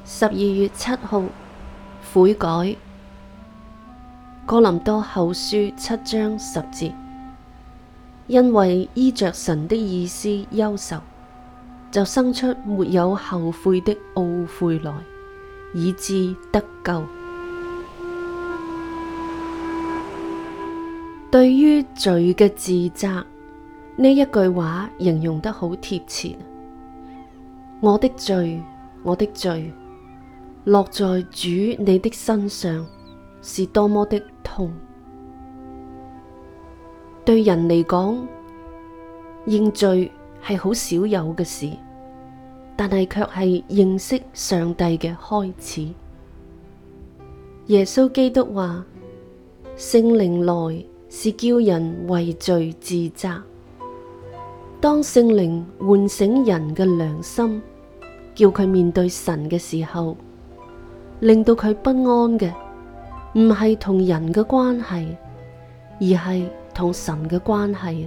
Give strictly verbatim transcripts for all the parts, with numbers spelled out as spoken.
十二月七號，悔改。哥林多後書七章十節，因為依着神的意思憂愁，就生出沒有後悔的懊悔來，以致得救。對於罪嘅自責，呢一句話形容得好貼切。我的罪，我的罪，落在主你的身上，是多麼的痛。對人嚟講，認罪係好少有嘅事，但係卻係認識上帝嘅開始。耶穌基督話：聖靈來是叫人為罪自責。當聖靈喚醒人嘅良心，叫佢面對神嘅時候，令到佢不安嘅唔係同人嘅關係，而係同神嘅關係。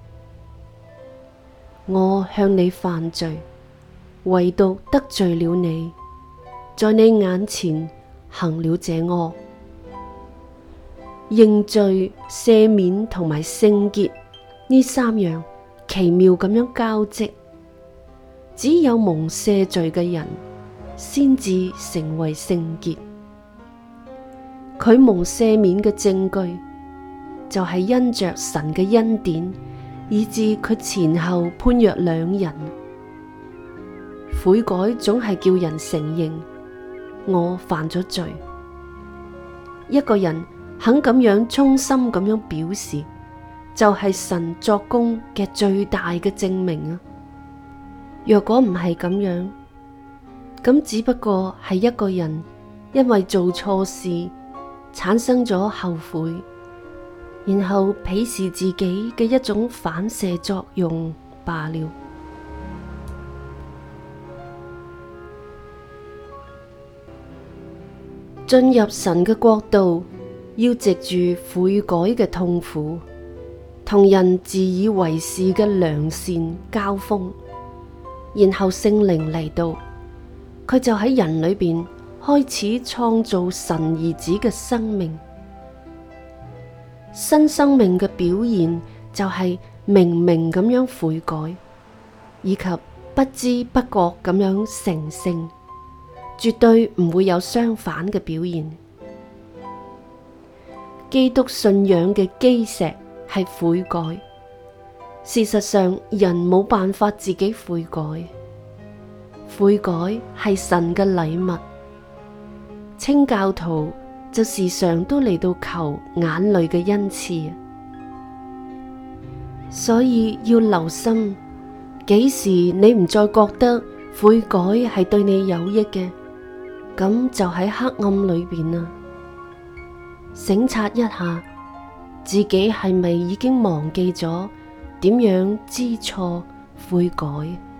我向你犯罪，唯獨得罪了你，在你眼前行了這惡。認罪、赦免同埋聖潔呢三樣奇妙咁樣交織。只有蒙赦罪嘅人，先至成為聖潔。佢蒙赦免嘅證據，就係因着神嘅恩典，以致佢前後判若兩人。悔改總係叫人承認我犯咗罪。一個人肯咁樣衷心咁樣表示，就係神作工嘅最大嘅證明啊！若果唔係咁樣，咁只不過係一個人因為做錯事產生咗後悔，然後鄙視自己嘅一種反射作用罷了。進入神嘅國度，要藉住悔改嘅痛苦，同人自以為是嘅良善交鋒。然後聖靈嚟到，佢就喺人裏邊開始創造神兒子嘅生命。新生命嘅表現就係明明咁樣悔改，以及不知不覺咁樣成聖，絕對唔會有相反嘅表現。基督信仰嘅基石係悔改。事實上，人冇辦法自己悔改，悔改係神嘅禮物。清教徒就時常都嚟到求眼淚嘅恩賜，所以要留心，幾時你唔再覺得悔改係對你有益嘅，咁就喺黑暗裏邊啦。省察一下，自己係咪已經忘記咗點樣知錯悔改？